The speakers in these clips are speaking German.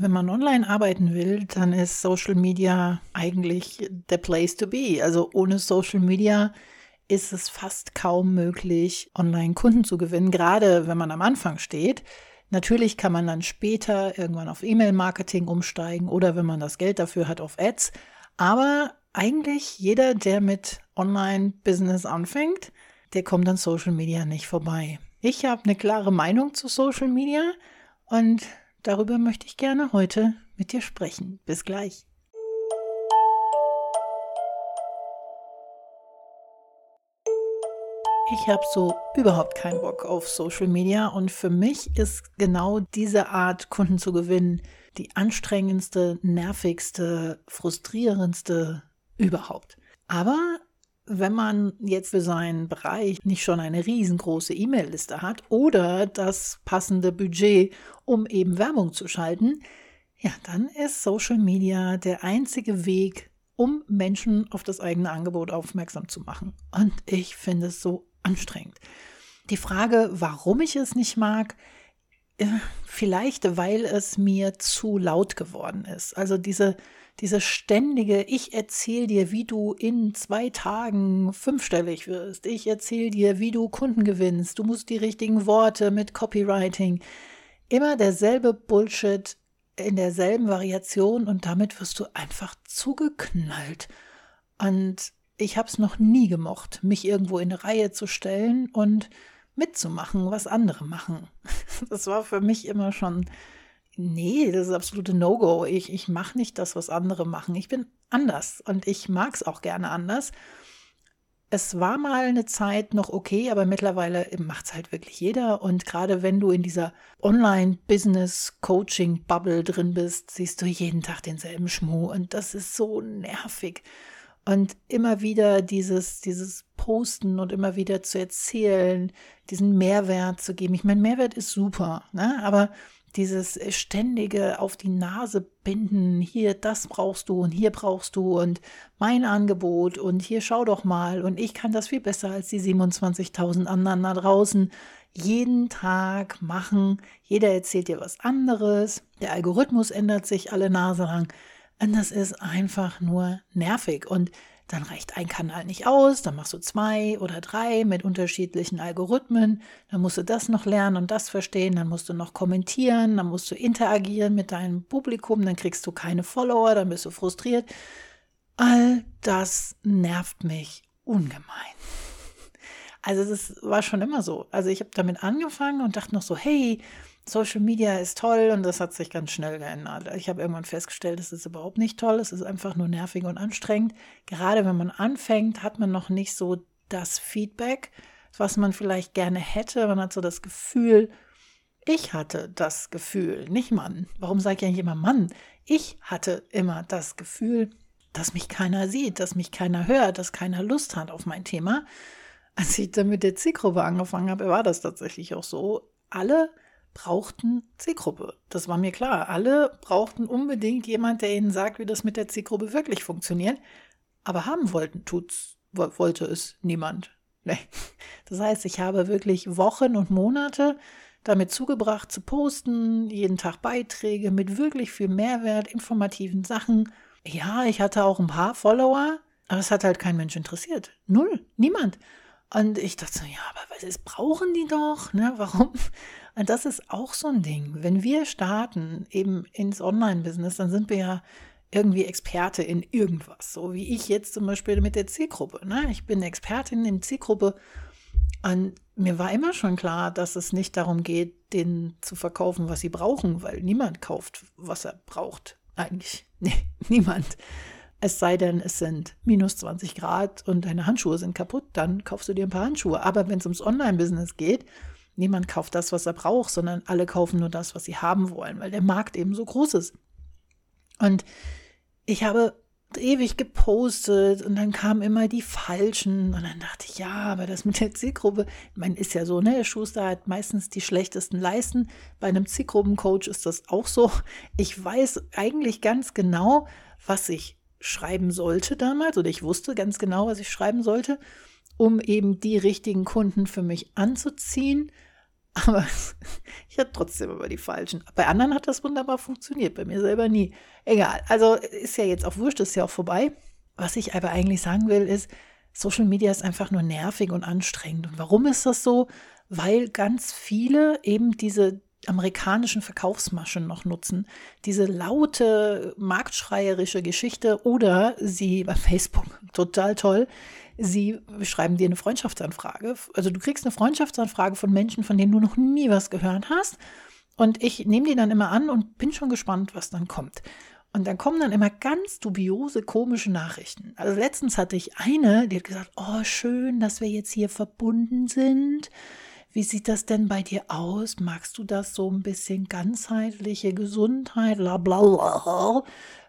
Wenn man online arbeiten will, dann ist Social Media eigentlich the place to be. Also ohne Social Media ist es fast kaum möglich, online Kunden zu gewinnen, gerade wenn man am Anfang steht. Natürlich kann man dann später irgendwann auf E-Mail-Marketing umsteigen oder wenn man das Geld dafür hat, auf Ads. Aber eigentlich jeder, der mit Online-Business anfängt, der kommt an Social Media nicht vorbei. Ich habe eine klare Meinung zu Social Media und darüber möchte ich gerne heute mit dir sprechen. Bis gleich. Ich habe so überhaupt keinen Bock auf Social Media und für mich ist genau diese Art, Kunden zu gewinnen, die anstrengendste, nervigste, frustrierendste überhaupt. Aber wenn man jetzt für seinen Bereich nicht schon eine riesengroße E-Mail-Liste hat oder das passende Budget, um eben Werbung zu schalten, ja, dann ist Social Media der einzige Weg, um Menschen auf das eigene Angebot aufmerksam zu machen. Und ich finde es so anstrengend. Die Frage, warum ich es nicht mag, vielleicht, weil es mir zu laut geworden ist. Also diese ständige, ich erzähle dir, wie du in 2 Tagen 5-stellig wirst. Ich erzähle dir, wie du Kunden gewinnst. Du musst die richtigen Worte mit Copywriting. Immer derselbe Bullshit in derselben Variation und damit wirst du einfach zugeknallt. Und ich habe es noch nie gemocht, mich irgendwo in eine Reihe zu stellen und mitzumachen, was andere machen. Das war für mich immer schon, nee, das ist absolute No-Go. Ich mache nicht das, was andere machen. Ich bin anders und ich mag es auch gerne anders. Es war mal eine Zeit noch okay, aber mittlerweile macht es halt wirklich jeder. Und gerade wenn du in dieser Online-Business-Coaching-Bubble drin bist, siehst du jeden Tag denselben Schmuh. Und das ist so nervig. Und immer wieder dieses Posten und immer wieder zu erzählen, diesen Mehrwert zu geben. Ich meine, Mehrwert ist super, ne? Aber dieses ständige auf die Nase binden, hier, das brauchst du und hier brauchst du und mein Angebot und hier schau doch mal und ich kann das viel besser als die 27.000 anderen da draußen. Jeden Tag machen, jeder erzählt dir was anderes, der Algorithmus ändert sich alle Nase lang. Und das ist einfach nur nervig. Und dann reicht ein Kanal nicht aus, dann machst du 2 oder 3 mit unterschiedlichen Algorithmen. Dann musst du das noch lernen und das verstehen, dann musst du noch kommentieren, dann musst du interagieren mit deinem Publikum, dann kriegst du keine Follower, dann bist du frustriert. All das nervt mich ungemein. Also das war schon immer so. Also ich habe damit angefangen und dachte noch so, hey, Social Media ist toll und das hat sich ganz schnell geändert. Ich habe irgendwann festgestellt, es ist überhaupt nicht toll, es ist einfach nur nervig und anstrengend. Gerade wenn man anfängt, hat man noch nicht so das Feedback, was man vielleicht gerne hätte. Man hat so das Gefühl, ich hatte das Gefühl, nicht Mann. Warum sage ich eigentlich immer Mann? Ich hatte immer das Gefühl, dass mich keiner sieht, dass mich keiner hört, dass keiner Lust hat auf mein Thema. Als ich dann mit der Zielgruppe angefangen habe, war das tatsächlich auch so. Alle brauchten Zielgruppe. Das war mir klar. Alle brauchten unbedingt jemand, der ihnen sagt, wie das mit der Zielgruppe wirklich funktioniert. Aber haben wollte es niemand. Nee. Das heißt, ich habe wirklich Wochen und Monate damit zugebracht zu posten, jeden Tag Beiträge mit wirklich viel Mehrwert, informativen Sachen. Ja, ich hatte auch ein paar Follower, aber es hat halt kein Mensch interessiert. Null, niemand. Und ich dachte so, ja, aber das brauchen die doch, ne? Warum? Und das ist auch so ein Ding. Wenn wir starten eben ins Online-Business, dann sind wir ja irgendwie Experte in irgendwas. So wie ich jetzt zum Beispiel mit der Zielgruppe, ne? Ich bin Expertin in Zielgruppe und mir war immer schon klar, dass es nicht darum geht, denen zu verkaufen, was sie brauchen, weil niemand kauft, was er braucht. Eigentlich, nee, niemand. Es sei denn, es sind minus 20 Grad und deine Handschuhe sind kaputt, dann kaufst du dir ein paar Handschuhe. Aber wenn es ums Online-Business geht, niemand kauft das, was er braucht, sondern alle kaufen nur das, was sie haben wollen, weil der Markt eben so groß ist. Und ich habe ewig gepostet und dann kamen immer die Falschen und dann dachte ich, ja, aber das mit der Zielgruppe, ich meine, ist ja so, ne, der Schuster hat meistens die schlechtesten Leisten. Bei einem Zielgruppencoach ist das auch so. Ich weiß eigentlich ganz genau, was ich schreiben sollte damals, oder ich wusste ganz genau, was ich schreiben sollte, um eben die richtigen Kunden für mich anzuziehen. Aber ich hatte trotzdem immer die falschen. Bei anderen hat das wunderbar funktioniert, bei mir selber nie. Egal, also ist ja jetzt auch wurscht, ist ja auch vorbei. Was ich aber eigentlich sagen will, ist, Social Media ist einfach nur nervig und anstrengend. Und warum ist das so? Weil ganz viele eben diese amerikanischen Verkaufsmaschen noch nutzen. Diese laute, marktschreierische Geschichte oder sie bei Facebook, total toll, sie schreiben dir eine Freundschaftsanfrage. Also du kriegst eine Freundschaftsanfrage von Menschen, von denen du noch nie was gehört hast. Und ich nehme die dann immer an und bin schon gespannt, was dann kommt. Und dann kommen dann immer ganz dubiose, komische Nachrichten. Also letztens hatte ich eine, die hat gesagt, oh, schön, dass wir jetzt hier verbunden sind. Wie sieht das denn bei dir aus? Magst du das so ein bisschen ganzheitliche Gesundheit? Bla bla bla.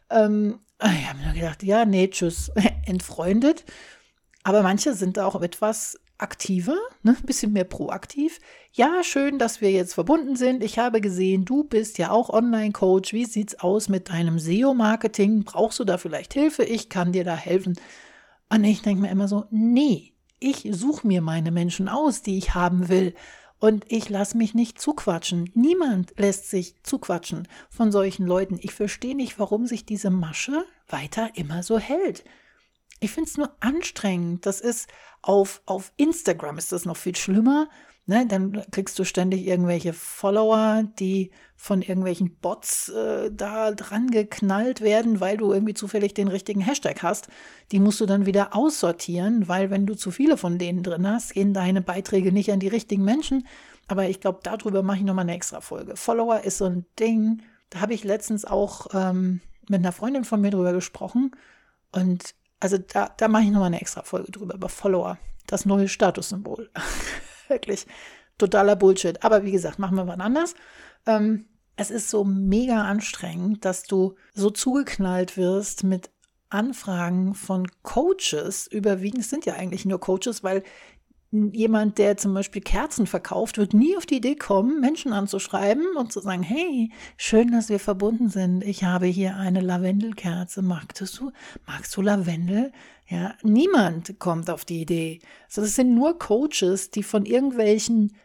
Ich habe mir gedacht, ja, nee, tschüss, entfreundet. Aber manche sind auch etwas aktiver, ne? Ein bisschen mehr proaktiv. Ja, schön, dass wir jetzt verbunden sind. Ich habe gesehen, du bist ja auch Online-Coach. Wie sieht's aus mit deinem SEO-Marketing? Brauchst du da vielleicht Hilfe? Ich kann dir da helfen. Und ich denke mir immer so, nee, ich suche mir meine Menschen aus, die ich haben will. Und ich lasse mich nicht zuquatschen. Niemand lässt sich zuquatschen von solchen Leuten. Ich verstehe nicht, warum sich diese Masche weiter immer so hält. Ich finde es nur anstrengend. Das ist auf Instagram ist das noch viel schlimmer. Ne? Dann kriegst du ständig irgendwelche Follower, die von irgendwelchen Bots da dran geknallt werden, weil du irgendwie zufällig den richtigen Hashtag hast. Die musst du dann wieder aussortieren, weil wenn du zu viele von denen drin hast, gehen deine Beiträge nicht an die richtigen Menschen. Aber ich glaube, darüber mache ich nochmal eine extra Folge. Follower ist so ein Ding. Da habe ich letztens auch mit einer Freundin von mir drüber gesprochen. Und also da mache ich nochmal eine extra Folge drüber, über Follower, das neue Statussymbol. Wirklich totaler Bullshit. Aber wie gesagt, machen wir wann anders. Es ist so mega anstrengend, dass du so zugeknallt wirst mit Anfragen von Coaches. Überwiegend, es sind ja eigentlich nur Coaches, weil jemand, der zum Beispiel Kerzen verkauft, wird nie auf die Idee kommen, Menschen anzuschreiben und zu sagen, hey, schön, dass wir verbunden sind. Ich habe hier eine Lavendelkerze. Magst du Lavendel? Ja, niemand kommt auf die Idee. Also das sind nur Coaches, die von irgendwelchen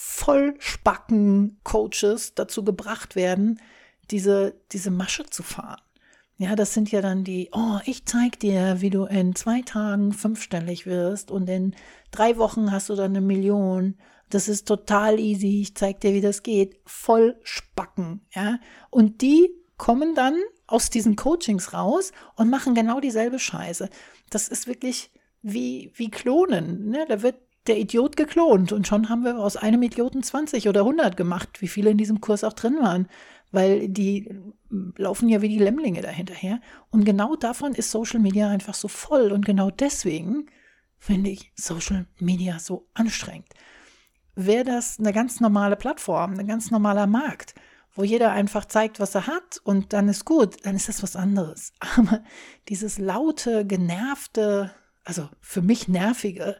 Vollspacken-Coaches dazu gebracht werden, diese Masche zu fahren. Ja, das sind ja dann die, oh, ich zeig dir, wie du in 2 Tagen 5-stellig wirst und in 3 Wochen hast du dann 1 Million. Das ist total easy, ich zeig dir, wie das geht. Voll Spacken, ja. Und die kommen dann aus diesen Coachings raus und machen genau dieselbe Scheiße. Das ist wirklich wie Klonen, ne? Da wird der Idiot geklont und schon haben wir aus einem Idioten 20 oder 100 gemacht, wie viele in diesem Kurs auch drin waren. Weil die laufen ja wie die Lämmlinge dahinterher. Und genau davon ist Social Media einfach so voll. Und genau deswegen finde ich Social Media so anstrengend. Wäre das eine ganz normale Plattform, ein ganz normaler Markt, wo jeder einfach zeigt, was er hat und dann ist gut, dann ist das was anderes. Aber dieses laute, genervte, also für mich nervige,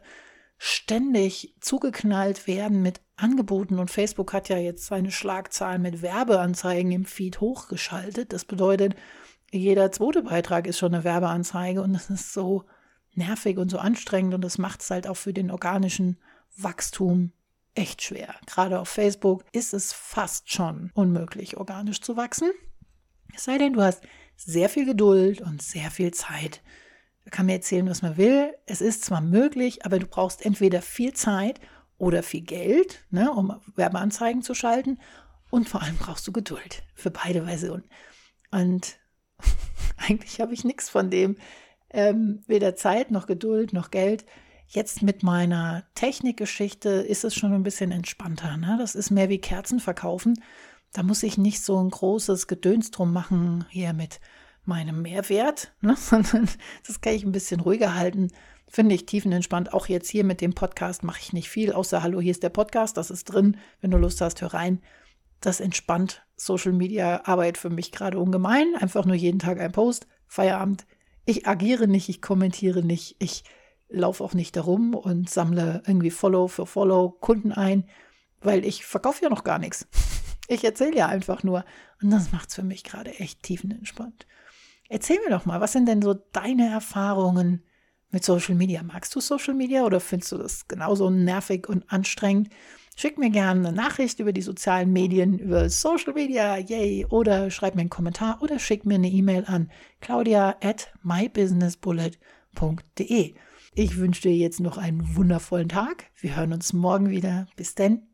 ständig zugeknallt werden mit Angeboten und Facebook hat ja jetzt seine Schlagzahlen mit Werbeanzeigen im Feed hochgeschaltet. Das bedeutet, jeder 2. Beitrag ist schon eine Werbeanzeige und das ist so nervig und so anstrengend und das macht es halt auch für den organischen Wachstum echt schwer. Gerade auf Facebook ist es fast schon unmöglich, organisch zu wachsen. Es sei denn, du hast sehr viel Geduld und sehr viel Zeit. Da kann mir erzählen, was man will. Es ist zwar möglich, aber du brauchst entweder viel Zeit oder viel Geld, ne, um Werbeanzeigen zu schalten. Und vor allem brauchst du Geduld für beide Versionen. Und eigentlich habe ich nichts von dem. Weder Zeit noch Geduld noch Geld. Jetzt mit meiner Technikgeschichte ist es schon ein bisschen entspannter. Ne? Das ist mehr wie Kerzen verkaufen. Da muss ich nicht so ein großes Gedöns drum machen hier mit meinem Mehrwert, ne? Sondern das kann ich ein bisschen ruhiger halten. Finde ich tiefenentspannt. Auch jetzt hier mit dem Podcast mache ich nicht viel, außer hallo, hier ist der Podcast, das ist drin. Wenn du Lust hast, hör rein. Das entspannt Social-Media-Arbeit für mich gerade ungemein. Einfach nur jeden Tag ein Post, Feierabend. Ich agiere nicht, ich kommentiere nicht, ich laufe auch nicht darum und sammle irgendwie Follow für Follow Kunden ein, weil ich verkaufe ja noch gar nichts. Ich erzähle ja einfach nur. Und das macht es für mich gerade echt tiefenentspannt. Erzähl mir doch mal, was sind denn so deine Erfahrungen mit Social Media? Magst du Social Media oder findest du das genauso nervig und anstrengend? Schick mir gerne eine Nachricht über die sozialen Medien, über Social Media, yay, oder schreib mir einen Kommentar oder schick mir eine E-Mail an claudia@mybusinessbullet.de. Ich wünsche dir jetzt noch einen wundervollen Tag. Wir hören uns morgen wieder. Bis dann.